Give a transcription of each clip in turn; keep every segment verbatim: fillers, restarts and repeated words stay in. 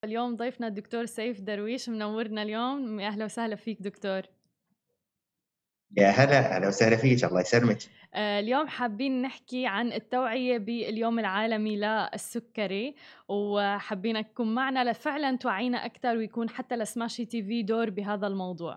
اليوم ضيفنا الدكتور سيف درويش منورنا اليوم. أهلا وسهلا فيك دكتور. يا هلا، أهلا وسهلا فيك، الله يسلمك. آه، اليوم حابين نحكي عن التوعية باليوم العالمي للسكري، وحابين تكون معنا لفعلا توعينا أكثر ويكون حتى لسماشي تي في دور بهذا الموضوع.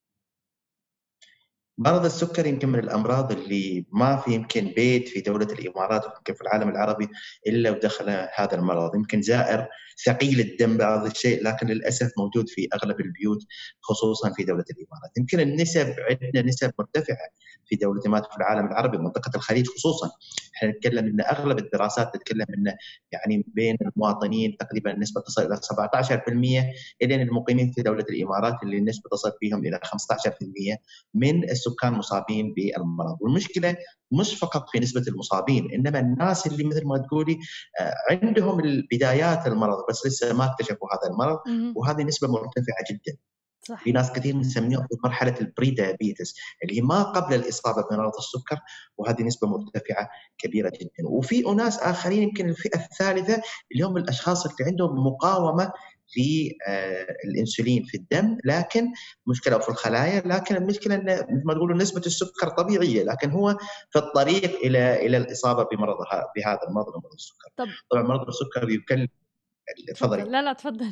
مرض السكر يمكن من الأمراض اللي ما في يمكن بيت في دولة الإمارات ويمكن في العالم العربي إلا ودخل هذا المرض. يمكن زائر ثقيل الدم بعض الشيء، لكن للأسف موجود في أغلب البيوت خصوصا في دولة الإمارات. يمكن النسب عندنا نسب مرتفعة في دولة الإمارات في العالم العربي ومنطقة الخليج خصوصا. احنا نتكلم ان اغلب الدراسات تتكلم ان يعني بين المواطنين تقريبا النسبه تصل الى سبعة عشر بالمئة، الين المقيمين في دوله الامارات اللي النسبه تصل فيهم الى خمسة عشر بالمئة من السكان مصابين بالمرض. والمشكله مش فقط في نسبه المصابين، انما الناس اللي مثل ما تقولي آه، عندهم البدايات المرض بس لسه ما اكتشفوا هذا المرض، مهم. وهذه نسبه مرتفعه جدا. في صحيح. ناس كثير بنسميهم في مرحله البري دايابيتس اللي هي ما قبل الاصابه بمرض السكر، وهذه نسبه مرتفعه كبيره جدا. وفي اناس اخرين يمكن الفئه الثالثه اللي هم الاشخاص اللي عندهم مقاومه في آه الانسولين في الدم، لكن مشكله في الخلايا، لكن المشكله ان مثل ما تقولوا نسبه السكر طبيعيه، لكن هو في الطريق الى الى الاصابه بمرض بهذا المرض، مرض السكر. طب طبعا مرض السكر يكلف. تفضلي. تفضل. لا لا تفضل.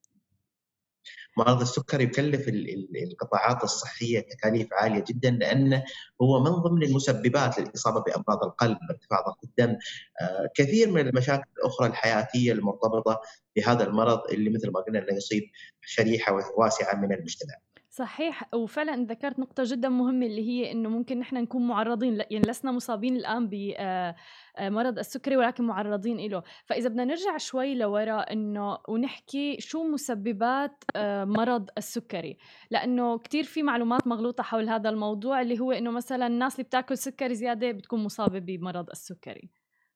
مرض السكر يكلف القطاعات الصحية تكاليف عالية جدا، لأنه هو من ضمن المسببات للإصابة بأمراض القلب، ارتفاع ضغط الدم، آه، كثير من المشاكل الأخرى الحياتية المرتبطة بهذا المرض اللي مثل ما قلنا يصيب شريحة واسعة من المجتمع. صحيح، وفعلًا ذكرت نقطة جدًا مهمة اللي هي إنه ممكن نحن نكون معرّضين ل يعني لسنا مصابين الآن ب آآ، آآ، مرض السكري ولكن معرّضين إله، فإذا بدنا نرجع شوي لورا إنه ونحكي شو مسببات آآ، مرض السكري، لإنه كتير في معلومات مغلوطة حول هذا الموضوع اللي هو إنه مثلًا الناس اللي بتاكل سكر زيادة بتكون مصابة بمرض السكري.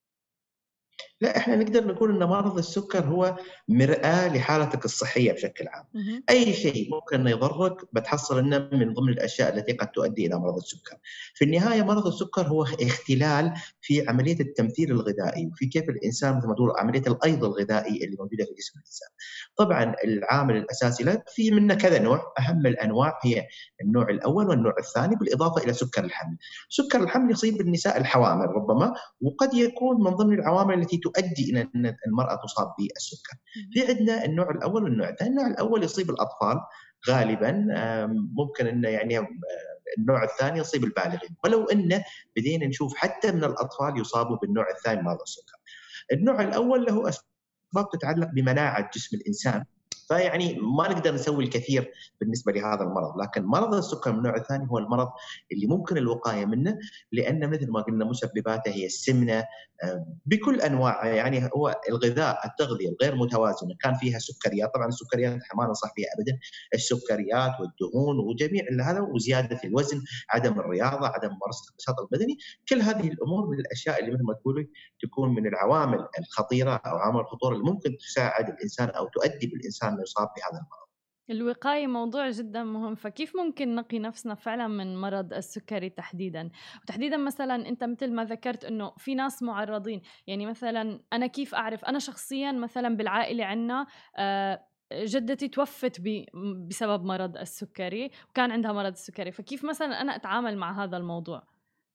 لا، احنا نقدر نقول ان مرض السكر هو مرآة لحالتك الصحيه بشكل عام. اهم. اي شيء ممكن انه يضرك بتحصل انه من ضمن الاشياء التي قد تؤدي الى مرض السكر. في النهايه مرض السكر هو اختلال في عمليه التمثيل الغذائي، وفي كيف الانسان مثل ما تقول عمليه الايض الغذائي اللي موجوده في جسم الانسان. طبعا العامل الاساسي له في منه كذا نوع، اهم الانواع هي النوع الاول والنوع الثاني، بالاضافه الى سكر الحمل. سكر الحمل يصيب النساء الحوامل ربما، وقد يكون من ضمن العوامل التي تؤدي الى ان المراه تصاب بالسكر. اهم. في عندنا النوع الاول والنوع الثاني. النوع الاول يصيب الاطفال غالبا، ممكن انه يعني النوع الثاني يصيب البالغين، ولو انه بدينا نشوف حتى من الاطفال يصابوا بالنوع الثاني من مرض السكر. النوع الاول له اسباب تتعلق بمناعه جسم الانسان، فيعني ما نقدر نسوي الكثير بالنسبه لهذا المرض. لكن مرض السكر من النوع الثاني هو المرض اللي ممكن الوقايه منه، لان مثل ما قلنا مسبباته هي السمنه آه، بكل انواعها. يعني هو الغذاء، التغذيه الغير متوازنه كان فيها سكريات، طبعا السكريات ما ننصح فيها ابدا، السكريات والدهون وجميع هذا، وزياده الوزن، عدم الرياضه، عدم ممارسه النشاط البدني. كل هذه الامور من الاشياء اللي مثل ما تقولي تكون من العوامل الخطيره او عوامل الخطوره اللي ممكن تساعد الانسان او تؤدي بالانسان انه يصاب بهذا المرض. الوقاية موضوع جدًا مهم، فكيف ممكن نقي نفسنا فعلًا من مرض السكري تحديدًا؟ وتحديدًا مثلًا أنت متل ما ذكرت إنه في ناس معرّضين، يعني مثلًا أنا كيف أعرف؟ أنا شخصيًا مثلًا بالعائلة عندنا آآ جدتي توفت ب م بسبب مرض السكري، وكان عندها مرض السكري، فكيف مثلًا أنا أتعامل مع هذا الموضوع؟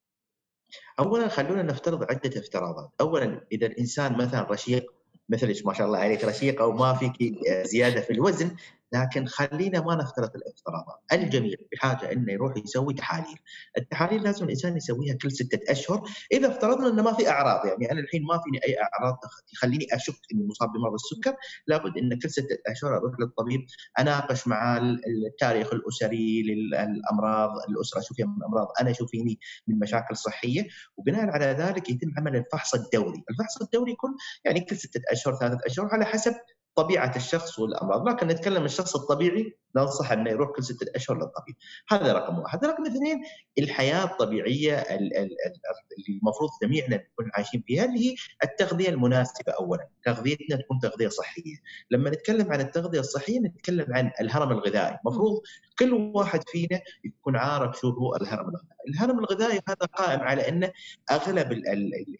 اولا خلونا نفترض عده افتراضات. اولا اذا الانسان مثلا رشيق، مثلك ما شاء الله عليك رشيقه وما فيك زياده في الوزن، لكن خلينا ما نفترض الافتراضات. اهم. الجميع بحاجه انه يروح يسوي تحاليل. التحاليل لازم الانسان يسويها كل سته اشهر، اذا افترضنا انه ما في اعراض. يعني انا الحين ما فيني اي اعراض تخليني اشك اني مصاب بمرض السكر، لابد ان كل سته اشهر اروح للطبيب، اناقش معاه التاريخ الاسري للامراض، الاسره شو فيها من امراض، انا شو فيني من مشاكل صحيه، وبناء على ذلك يتم عمل الفحص الدوري. الفحص الدوري يكون يعني كل ستة أشهر، ثلاثة أشهر، على حسب طبيعة الشخص والأمراض. لكن نتكلم الشخص الطبيعي ننصح أنه يروح كل ستة أشهر للطبيب. هذا رقم واحد. رقم اثنين، الحياة الطبيعية اللي المفروض جميعنا نكون عايشين فيها، اللي هي التغذية المناسبة. أولا تغذيتنا تكون تغذية صحية. لما نتكلم عن التغذية الصحية نتكلم عن الهرم الغذائي. اهم. المفروض كل واحد فينا يكون عارف شو هو الهرم الغذائي. الهرم الغذائي هذا قائم على أن اغلب ال ال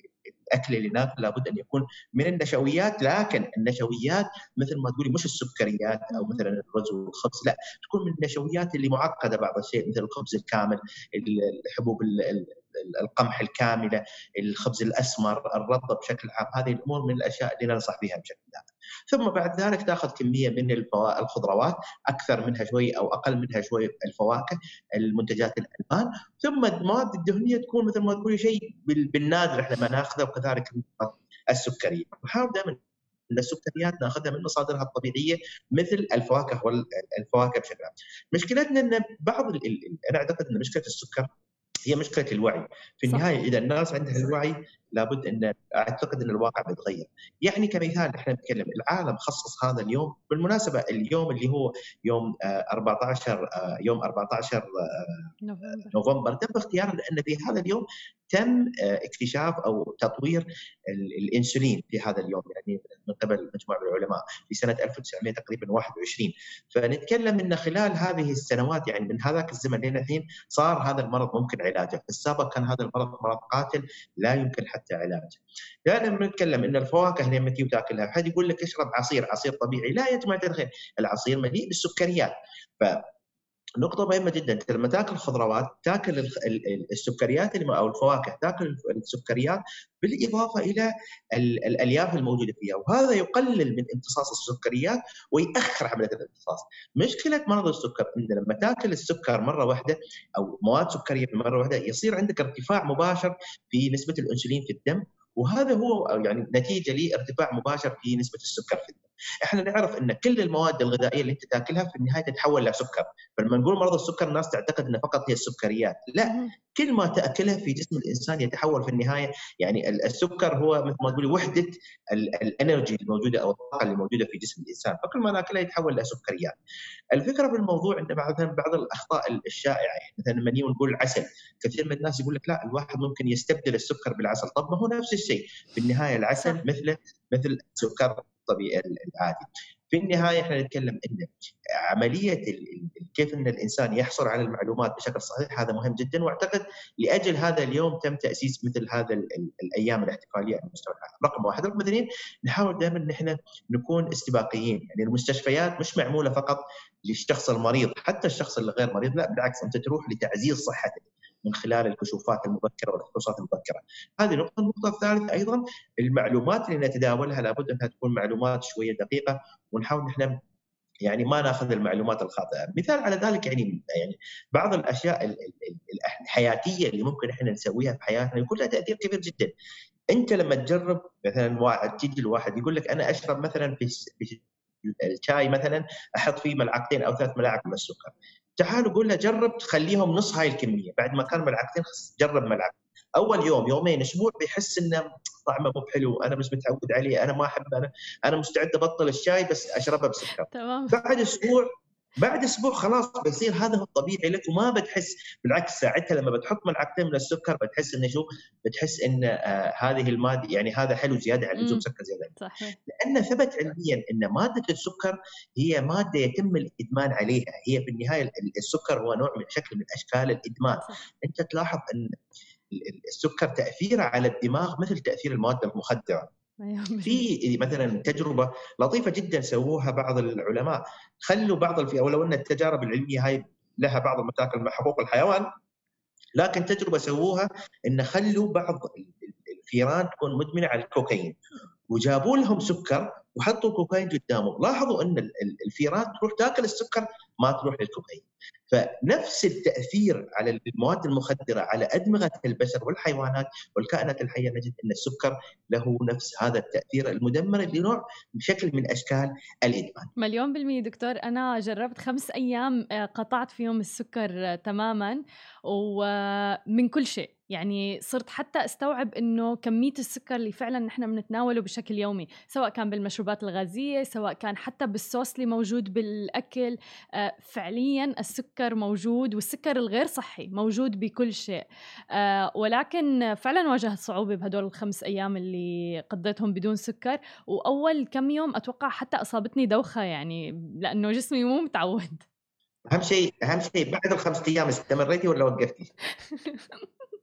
الاكل اللي ناكل لابد ان يكون من النشويات، لكن النشويات مثل ما تقولي مش السكريات او اهم. مثلا الرز والخبز، لا، تكون من النشويات اللي معقده بعض الشيء، مثل الخبز الكامل، الحبوب ال- ال- القمح الكامله، الخبز الاسمر، الرطب بشكل عام. هذه الامور من الاشياء اللي ننصح بها بشكل عام. ثم بعد ذلك تاخذ كميه من الفوا- الخضروات، اكثر منها شوي او اقل منها شوي الفواكه، المنتجات الالبان. ثم المواد الدهنيه تكون مثل ما تقولي شيء بال- بالنادر احنا ما ناخذه، وكذلك السكريه. نحاول دائما ان السكريات ناخذها من مصادرها الطبيعيه مثل الفواكه والفواكه بشكل عام. مشكلتنا ان بعض ال... ال- انا اعتقد ان مشكله السكر هي مشكله الوعي. في صح. النهايه اذا الناس عندها الوعي لابد ان اعتقد ان الواقع بيتغير. يعني كمثال احنا نتكلم العالم خصص هذا اليوم، بالمناسبه اليوم اللي هو يوم آه، أربعة عشر آه، يوم أربعة عشر نوفمبر. نوفمبر، تم اختياره لان في هذا اليوم تم آه، اكتشاف او تطوير ال- الانسولين في هذا اليوم، يعني من قبل مجموعه من العلماء في سنه ألف وتسعمائة تقريبا واحد وعشرين. فنتكلم ان خلال هذه السنوات، يعني من هذاك الزمن لين الحين، صار هذا المرض ممكن علاجه. في السابق كان هذا المرض مرض قاتل لا يمكن حتى علاجه. لان نتكلم ان الفواكه لما تيجي وتاكلها، حد يقول لك اشرب عصير، عصير طبيعي. لا يا جماعه الخير، العصير مليء بالسكريات. ف نقطة مهمة جدا، انت لما تاكل خضروات تاكل ال- ال- السكريات اللي او الفواكه، تاكل السكريات بالاضافة الى ال- الالياف الموجودة فيها، وهذا يقلل من امتصاص السكريات ويأخر عملية الامتصاص. مشكلة مرض السكر ان لما تاكل السكر مرة واحدة او مواد سكرية مرة واحدة، يصير عندك ارتفاع مباشر في نسبة الانسولين في الدم، وهذا هو يعني نتيجة لارتفاع مباشر في نسبة السكر في الدم. احنا نعرف ان كل المواد الغذائية اللي انت تاكلها في النهاية تتحول لسكر. فلما نقول مرض السكر الناس تعتقد انه فقط هي السكريات، لا، اهم. كل ما تاكله في جسم الانسان يتحول في النهايه. يعني السكر هو مثل ما تقولي وحده الانرجي الموجوده او الطاقه اللي موجوده في جسم الانسان، فكل ما ناكله يتحول لسكريات. الفكره في الموضوع ان مثلا بعض الاخطاء الشائعه، يعني مثلا لما نيجي نقول عسل، كثير من الناس يقول لك لا، الواحد ممكن يستبدل السكر بالعسل. طب ما هو نفس الشيء في النهايه، العسل صح. مثله مثل السكر الطبيعي العادي. في النهايه احنا نتكلم ان عمليه ال- ال- كيف ان الانسان يحصل على المعلومات بشكل صحيح هذا مهم جدا، واعتقد لاجل هذا اليوم تم تاسيس مثل هذا ال- ال- الايام الاحتفاليه على مستوى العالم. رقم واحد. رقم اثنين، نحاول دائما ان احنا نكون استباقيين. يعني المستشفيات مش معموله فقط للشخص المريض، حتى الشخص الغير مريض، لا بالعكس، انت تروح لتعزيز صحتك من خلال الكشوفات المبكره والفحوصات المبكره. هذه نقطه. النقطه الثالثه ايضا، المعلومات اللي نتداولها لابد انها تكون معلومات شويه دقيقه، ونحاول نحن يعني ما ناخذ المعلومات الخاطئه. مثال على ذلك، يعني يعني بعض الاشياء ال- ال- ال- الحياتيه اللي ممكن احنا نسويها في حياتنا يكون لها تاثير كبير جدا. انت لما تجرب مثلا، واحد تيجي الواحد يقول لك انا اشرب مثلا في في الشاي مثلا احط فيه ملعقتين او ثلاث ملاعق من السكر، تعال قول له جرب تخليهم نص هاي الكميه، بعد ما كان ملعقتين جرب ملعقه. اول يوم يومين اسبوع بيحس انه طعمه مو حلو، انا مش متعود عليه، انا ما احب، انا انا مستعد ابطل الشاي بس اشربه بسكر. تمام. بعد اسبوع بعد اسبوع خلاص بيصير هذا هو الطبيعي لك، وما بتحس. بالعكس، ساعتها لما بتحط ملعقتين من السكر بتحس انه شو، بتحس ان آه هذه الماده، يعني هذا حلو زياده عن اللزوم، إمم. سكر زياده عن اللزوم. صحيح. لان ثبت علميا ان ماده السكر هي ماده يتم الادمان عليها. هي في النهايه ال- السكر هو نوع من شكل من اشكال الادمان. صح. انت تلاحظ ان ال- ال- السكر تاثيره على الدماغ مثل تاثير المواد المخدره. أيوه بالمية. في مثلا تجربه لطيفه جدا سووها بعض العلماء، خلوا بعض الفئة، ولو ان التجارب العلميه هاي لها بعض المشاكل مع حقوق الحيوان، لكن تجربه سووها ان خلوا بعض الفيران تكون مدمنه على الكوكايين، وجابوا لهم سكر وحطوا الكوكايين قدامهم. لاحظوا ان ال- ال- الفيران تروح تاكل السكر، ما تروح للكوكايين. فنفس التاثير على المواد المخدره على ادمغه البشر والحيوانات والكائنات الحيه، نجد ان السكر له نفس هذا التاثير المدمر لنوع بشكل من اشكال الادمان. مليون بالمية دكتور. أنا جربت خمس أيام آه، قطعت فيهم السكر آه، تماما ومن كل شيء. يعني صرت حتى استوعب إنه كمية السكر اللي فعلا نحن بنتناوله بشكل يومي، سواء كان بالمشروبات الغازية، سواء كان حتى بالصوص اللي موجود بالأكل. آه، فعليا السكر موجود، والسكر الغير صحي موجود بكل شيء. آه، ولكن فعلا واجهت صعوبة بهدول الخمس أيام اللي قضيتهم بدون سكر. وأول كم يوم أتوقع حتى أصابتني دوخة، يعني لأنه جسمي مو متعود. اهم شيء اهم شيء بعد الخمس ايام استمريتي ولا وقفتي؟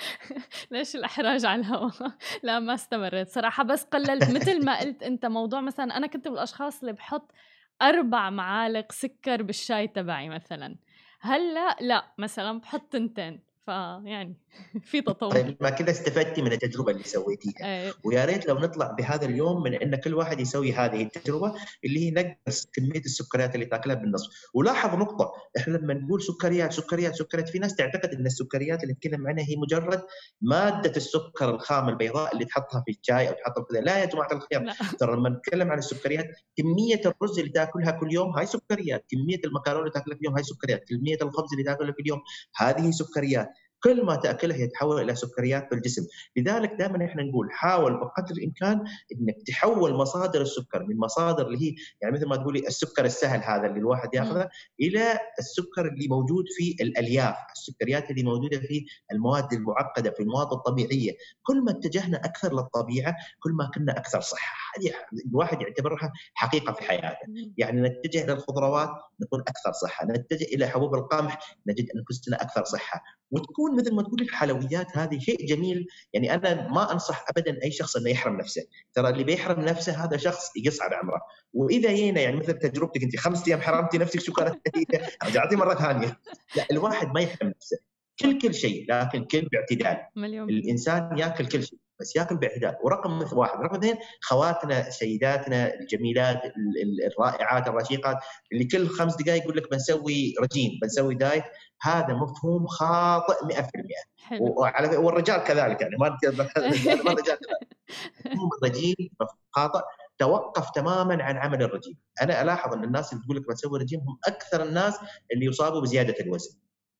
ليش الإحراج على الهوا؟ لا ما استمرّيت صراحة، بس قلّلت متل ما قُلت أنت. موضوع مثلًا أنا كنت من الأشخاص اللي باحُط أربع معالق سكر بالشاي تبعي مثلًا، هلأ لأ، مثلًا باحُط تنتين، فيعني في تطوّر. طيب ما كده استفدتِ من التجربة اللي سويتيها، إيه. ويا ريت لو نطلع بهذا اليوم من إن كل واحد يسوي هذه التجربة اللي هي نقّص كمية السكريات اللي تاكلها بالنصف، ولاحظ نقطة، إحنا لمّا نقول سكريات، سكريات، سكريات، في ناس تعتقد إن السكريات اللي نتكلم عنها هي مجرد مادة السكر الخام البيضاء اللي تحطها في الشاي أو تحطها في كذا، لا يا جماعة الخير، لأ. ترى لمّا نتكلم عن السكريات كمية الرز اللي تاكلها كل يوم هاي سكريات، كمية المكرونة اللي تاكلها في اليوم هاي سكريات، كمية الخبز اللي تاكله في اليوم هذه سكريات. كل ما تاكله يتحول الى سكريات في الجسم، لذلك دائما احنا نقول حاول بقدر الامكان انك تحول مصادر السكر من مصادر اللي هي يعني مثل ما تقولي السكر السهل هذا اللي الواحد إمم. ياخذه الى السكر اللي موجود في الالياف، السكريات اللي موجوده في المواد المعقده، في المواد الطبيعيه. كل ما اتجهنا اكثر للطبيعه كل ما كنا اكثر صحه. هذه الواحد يعتبرها حقيقه في حياته. إمم. يعني نتجه للخضروات نكون اكثر صحه، نتجه الى حبوب القمح نجد انفسنا اكثر صحه، وتكون مثل ما تقول الحلويات هذه شيء جميل. يعني انا ما انصح ابدا اي شخص انه يحرم نفسه، ترى اللي بيحرم نفسه هذا شخص يقص على عمره. واذا جينا يعني مثل تجربتك انت خمس ايام حرمتي نفسك، شو كانت النتيجه؟ رجعتي مره ثانيه. لا، الواحد ما يحرم نفسه، صح. كل كل شيء لكن كل باعتدال. مليون بالمِيّة. الانسان ياكل كل شيء بس ياكل باعتدال. ورقم واحد، رقم اثنين، خواتنا سيداتنا الجميلات الرائعات الرشيقات اللي كل خمس دقائق يقول لك بنسوي رجيم بنسوي دايت، هذا مفهوم خاطئ مئة بالمئة. حلو. وعلى والرجال كذلك، يعني ما ما الرجال كذلك، مفهوم الرجيم مفهوم خاطئ. توقف تماما عن عمل الرجيم. انا الاحظ ان الناس اللي تقول لك بنسوي رجيم هم اكثر الناس اللي يصابوا بزياده الوزن.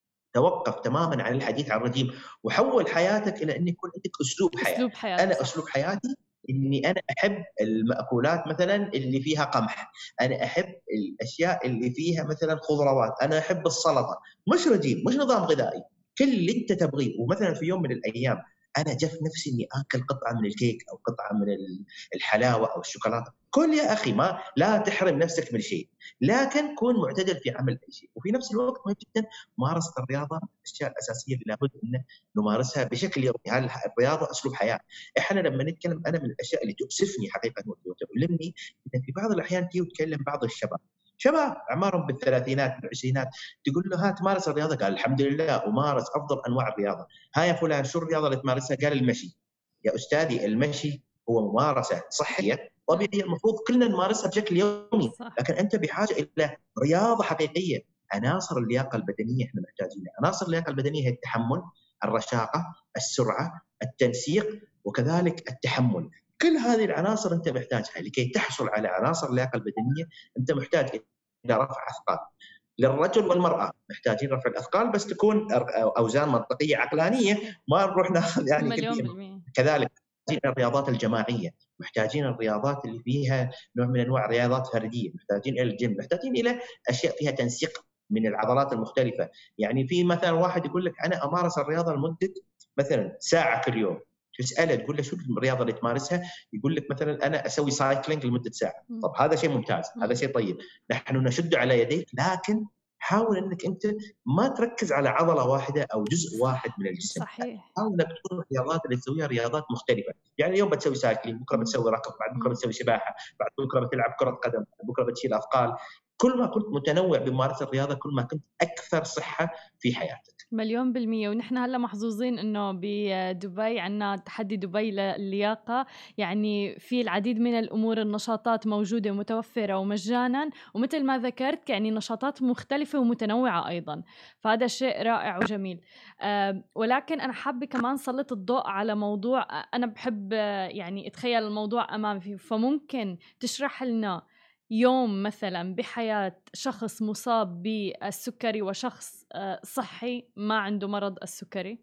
توقف تماما عن الحديث عن الرجيم وحول حياتك الى ان يكون عندك اسلوب حياه. أسلوب حياة انا اسلوب صح. حياتي اني انا احب المأكولات مثلا اللي فيها قمح، انا احب الاشياء اللي فيها مثلا خضروات، انا احب السلطه. مش رجيم، مش نظام غذائي، كل اللي انت تبغيه. ومثلا في يوم من الايام انا جف نفسي اني اكل قطعه من الكيك او قطعه من الحلاوه او الشوكولاته، كل يا اخي، ما لا تحرم نفسك من شيء، لكن كون معتدل في عمل اي شيء. وفي نفس الوقت مهم جدا ممارسه الرياضه، الاشياء الاساسيه اللي لابد ان نمارسها بشكل يومي. هذه الرياضه اسلوب حياه. احنا لما نتكلم، انا من الاشياء اللي تؤسفني حقيقه وتؤلمني ان في بعض الاحيان تيجي وتكلم بعض الشباب، شباب اعمارهم بالثلاثينات بالعشرينات، تقول له ها تمارس الرياضه؟ قال الحمد لله امارس افضل انواع الرياضه. ها يا فلان شو الرياضه اللي تمارسها؟ قال المشي. يا استاذي المشي هو ممارسه صحيه طبيعيه المفروض كلنا نمارسها بشكل يومي، صح. لكن انت بحاجه الى رياضه حقيقيه. عناصر اللياقه البدنيه احنا محتاجينها. عناصر اللياقه البدنيه هي التحمل، الرشاقه، السرعه، التنسيق، وكذلك التحمل. كل هذه العناصر انت محتاجها. لكي تحصل على عناصر اللياقه البدنيه انت محتاج الى رفع اثقال. للرجل والمراه محتاجين رفع الاثقال، بس تكون اوزان منطقيه عقلانيه، صحيح. ما نروح ناخذ يعني مليون كثير. بالمِيّة. كذلك محتاجين الرياضات الجماعيه، محتاجين الرياضات اللي فيها نوع من انواع رياضات فرديه، محتاجين الى الجيم، محتاجين الى اشياء فيها تنسيق من العضلات المختلفه. يعني في مثلا واحد يقول لك انا امارس الرياضه لمده مثلا ساعه كل يوم، تساله تقول له شو الرياضه اللي تمارسها؟ يقول لك مثلا انا اسوي سايكلينج لمده ساعه. إمم. طب هذا شيء ممتاز، هذا إمم. شيء طيب، نحن نشد على يديك، لكن حاول انك انت ما تركز على عضله واحده او جزء واحد من الجسم. صحيح. حاول انك تكون الرياضات اللي تسويها رياضات مختلفه. يعني اليوم بتسوي سايكلينج، بكره إمم. بتسوي ركض، بعد بكره إمم. بتسوي سباحه، بعد بكره بتلعب كره قدم، بعد بكره بتشيل اثقال. كل ما كنت متنوع بممارسه الرياضه كل ما كنت اكثر صحه في حياتك. مليون بالمية. ونحن هلا محظوظين انه بدبي عنا تحدي دبي للياقة، يعني في العديد من الامور النشاطات موجودة ومتوفرة ومجانا، ومثل ما ذكرت يعني نشاطات مختلفة ومتنوعة ايضا، فهذا شيء رائع وجميل. أه ولكن انا حابة كمان سلط الضوء على موضوع انا بحب يعني اتخيل الموضوع امامي فيه، فممكن تشرح لنا يوم مثلا بحياة شخص مصاب بالسكري وشخص صحي ما عنده مرض السكري؟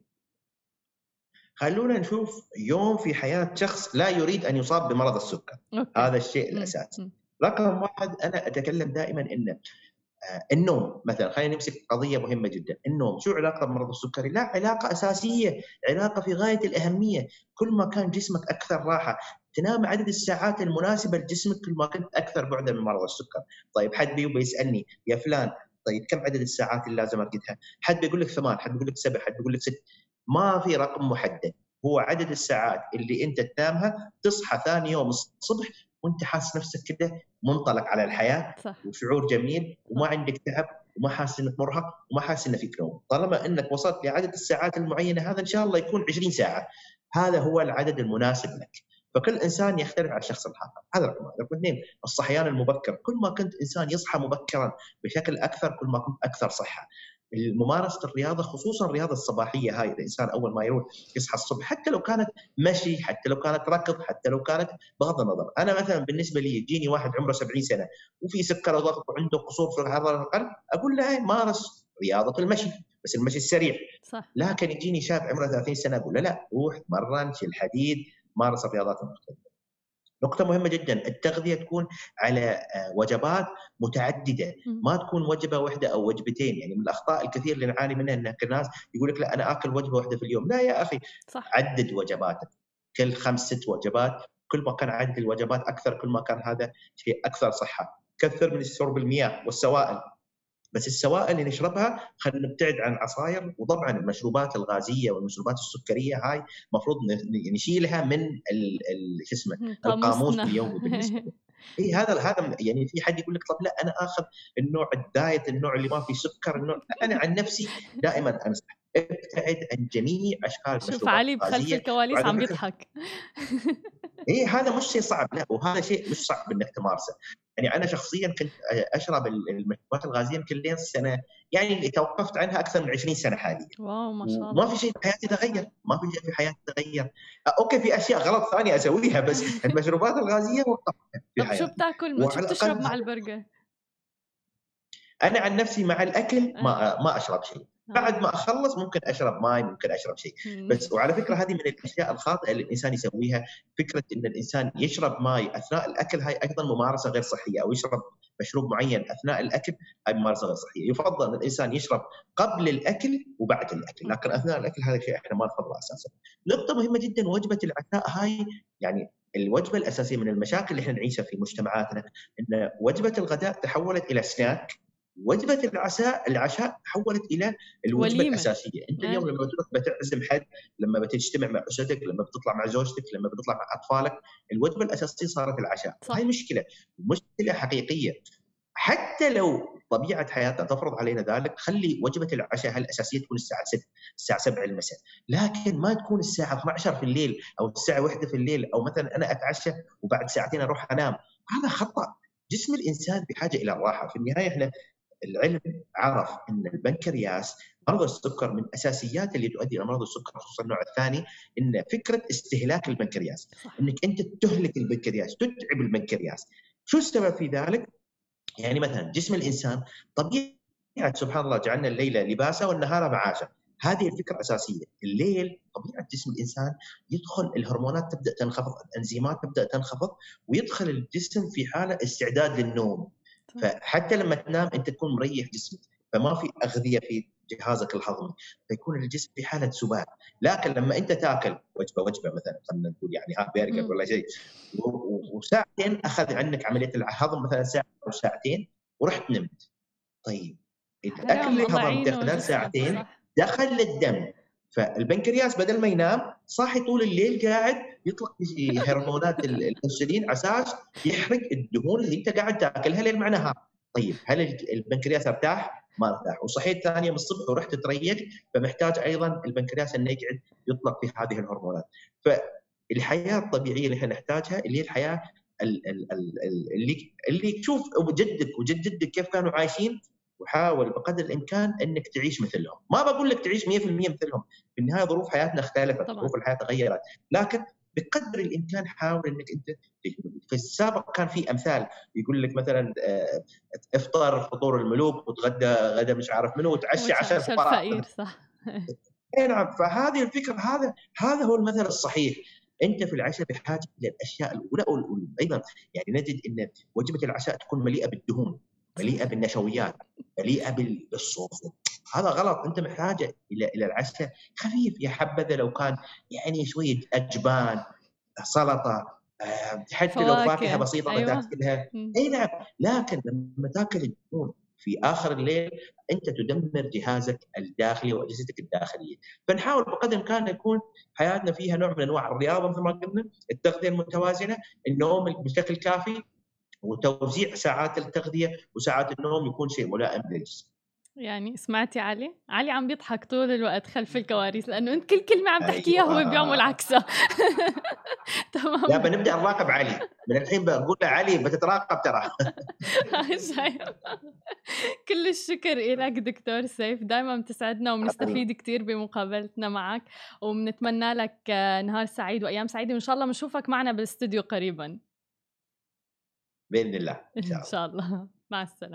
خلونا نشوف يوم في حياه شخص لا يريد ان يصاب بمرض السكر. أوكي. هذا الشيء م- الاساسي. م. رقم واحد، انا اتكلم دائما ان النوم مثلا، خلينا نمسك قضيه مهمه جدا، النوم شو علاقه بمرض السكري؟ لا، علاقه اساسيه، علاقه في غايه الاهميه. كل ما كان جسمك اكثر راحه، تنام عدد الساعات المناسبه لجسمك، كل ما كنت اكثر بعدا من مرض السكر. طيب حد بيجي بيسالني يا فلان طيب كم عدد الساعات اللي لازم ارقدها؟ حد بيقول لك ثمان، حد بيقول لك سبع، حد بيقول لك ست. ما في رقم محدد، هو عدد الساعات اللي انت تنامها، تصحى ثاني يوم الصبح وانت حاسس نفسك كده منطلق على الحياه صح. وشعور جميل، وما صح. عندك تعب وما حاسس انك مرهق وما حاسس ان فيك نوم. طالما انك وصلت لعدد الساعات المعينه هذا، ان شاء الله يكون عشرين ساعه، هذا هو العدد المناسب لك. فكل انسان يختلف عن الشخص الاخر. هذا رقم واحد. رقم اثنين، الصحيان المبكر. كل ما كنت انسان يصحى مبكرا بشكل اكثر، كل ما كنت اكثر صحه. ممارسه الرياضه، خصوصا الرياضه الصباحيه هاي، الانسان اول ما يروح يصحى الصبح، حتى لو كانت مشي، حتى لو كانت ركض، حتى لو كانت، بغض النظر. انا مثلا بالنسبه لي يجيني واحد عمره سبعين سنه وفي سكر وضغط وعنده قصور في عضله القلب، اقول له مارس رياضه المشي، بس المشي السريع. صح. لكن يجيني شاب عمره ثلاثين سنه اقول له لا، روح تمرن، شيل حديد، مارس الرياضات المختلفه. نقطة مهمة جدا، التغذية تكون على وجبات متعددة، ما تكون وجبة واحدة أو وجبتين. يعني من الأخطاء الكثير اللي نعاني منها أن الناس يقول لك لا أنا آكل وجبة واحدة في اليوم. لا يا أخي، صح. عدد وجباتك، كل خمس ست وجبات. كل ما كان عدد الوجبات أكثر، كل ما كان هذا شيء أكثر صحة. كثر من شرب المياه والسوائل، بس السوائل اللي نشربها خلينا نبتعد عن العصاير. وطبعا المشروبات الغازيه والمشروبات السكريه هاي المفروض نشيلها من شو اسمه القاموس قاموسنا. اليومي بالنسبه لي. اي هذا هذا يعني في حد يقول لك طب لا انا اخذ النوع الدايت، النوع اللي ما فيه سكر، النوع. انا عن نفسي دائما انصح ابتعد عن جميع اشكال شوف المشروبات علي بخلف الغازيه. الكواليس وعلى عم فكره بيضحك. ايه هذا مش شيء صعب، لا، وهذا شيء مش صعب انك تمارسه. يعني انا شخصيا كنت اشرب المشروبات الغازيه يمكن لين سنه، يعني توقفت عنها اكثر من عشرين سنه حاليا، واو ما شاء وما الله. في شيء في حياتي تغير، ما في شيء في حياتي تغير. اوكي في اشياء غلط ثانيه اسويها، بس المشروبات الغازيه وقفتها في طب شو حياتي. بتاكل، شو وعلى بتشرب الاقل مع البرجر؟ انا عن نفسي مع الاكل ايه. ما ما اشرب شيء. اه. بعد ما اخلص ممكن اشرب ماي، ممكن اشرب شيء. مم. بس وعلى فكره هذه من الاشياء الخاطئه اللي الانسان يسويها، فكره ان الانسان يشرب ماي اثناء الاكل، هاي ايضا ممارسه غير صحيه. او يشرب مشروب معين اثناء الاكل، هاي ممارسه غير صحيه. يفضل ان الانسان يشرب قبل الاكل وبعد الاكل، لكن اثناء الاكل هذا شيء احنا ما نفضله اساسا. نقطه مهمه جدا، وجبه العشاء هاي، يعني الوجبه الاساسيه من المشاكل اللي احنا نعيشها في مجتمعاتنا ان وجبه الغداء تحولت الى سناك، وجبه العشاء العشاء تحولت الى الوجبه وليمة. الاساسيه. انت اليوم ايه. لما تروح بتعزم حد، لما بتجتمع مع اسرتك، لما بتطلع مع زوجتك، لما بتطلع مع اطفالك، الوجبه الاساسيه صارت العشاء. وهي صح. مشكله، مشكله حقيقيه. حتى لو طبيعه حياتنا تفرض علينا ذلك، خلي وجبه العشاء الاساسيه تكون الساعه ستة، الساعه سبعة المساء، لكن ما تكون الساعه اثني عشر في الليل او الساعه واحدة في الليل، او مثلا انا اتعشى وبعد ساعتين اروح انام. هذا خطا. جسم الانسان بحاجه الى الراحه. في النهايه احنا العلم عرف ان البنكرياس، مرض السكر من اساسيات اللي تؤدي الى مرض السكر خصوصا النوع الثاني، ان فكره استهلاك البنكرياس، صح. انك انت تهلك البنكرياس، تتعب البنكرياس. شو السبب في ذلك؟ يعني مثلا جسم الانسان طبيعه سبحان الله جعلنا الليل لباسا والنهار معاشا. هذه الفكره اساسيه. الليل طبيعه جسم الانسان يدخل الهرمونات تبدا تنخفض، الانزيمات تبدا تنخفض، ويدخل الجسم في حاله استعداد للنوم. فحتى لما تنام انت تكون مريح جسمك، فما في اغذيه في جهازك الهضمي، فيكون الجسم في حاله سبات. لكن لما انت تاكل وجبه وجبه مثلا، خلينا نقول يعني ها برجر ولا شيء، وساعتين اخذ عنك عمليه الهضم مثلا ساعه او ساعتين ورحت نمت، طيب الاكل حرام اللي الله هضمته يعينه خلال جسمك. ساعتين صح. دخل للدم، فالبنكرياس بدل ما ينام صاحي طول الليل قاعد يطلق هرمونات الانسولين على اساس يحرق الدهون اللي انت قاعد تاكلها ليل مع نهار. طيب هل البنكرياس ارتاح؟ ما ارتاح. وصحيت ثاني يوم الصبح ورحت تريق، فمحتاج ايضا البنكرياس انه يقعد يطلق في هذه الهرمونات. فالحياه الطبيعيه اللي احنا نحتاجها اللي هي الحياه اللي اللي تشوف جدك وجد جدك كيف كانوا عايشين، وحاول بقدر الامكان انك تعيش مثلهم. ما بقول لك تعيش مية بالمية مثلهم، في النهايه ظروف حياتنا اختلفت، طبعا. ظروف الحياه تغيرت، لكن بقدر الامكان حاول انك انت. في السابق كان في امثال يقول لك مثلا افطر فطور الملوك وتغدى غدا مش عارف منو وتعشى عشاء الفقراء. الفقير. صح. اي نعم. فهذه الفكره، هذا هذا هو المثل الصحيح. انت في العشاء بحاجه الى الاشياء الاولى. ايضا يعني نجد ان وجبه العشاء تكون مليئه بالدهون، مليئه بالنشويات، مليئه بالصوص. هذا غلط. انت محتاجه الى الى العشاء خفيف. يا حبذا لو كان يعني شويه اجبان، سلطه، حتى لو فاكهه فواكه. بسيطه ايوه. تاكلها. اي نعم. لكن لما تاكل الدهون في آخر الليل أنت تدمر جهازك الداخلي وأجهزتك الداخلية. فنحاول بقدر الإمكان يكون حياتنا فيها نوع من أنواع الرياضة مثل ما قلنا، التغذية المتوازنة، النوم بشكل كافي، وتوزيع ساعات التغذية وساعات النوم يكون شيء ملائم للجسم. يعني سمعتي علي؟ علي عم بيضحك طول الوقت خلف الكواليس لأنه أنت كل كلمة عم تحكيها هو بيعمل أيوة. عكسها. لا تمام. بنبدأ نراقب علي من الحين، بقول له علي بتتراقب ترى. شايف؟ كل الشكر إلك دكتور سيف، دايما بتسعدنا وبنستفيد كتير بمقابلتنا معك، وبنتمنى لك آه، نهار سعيد وأيام سعيدة، وإن شاء الله بنشوفك معنا بالاستوديو قريبا. بإذن الله إن شاء إن الله. شاء الله. مع السلامة.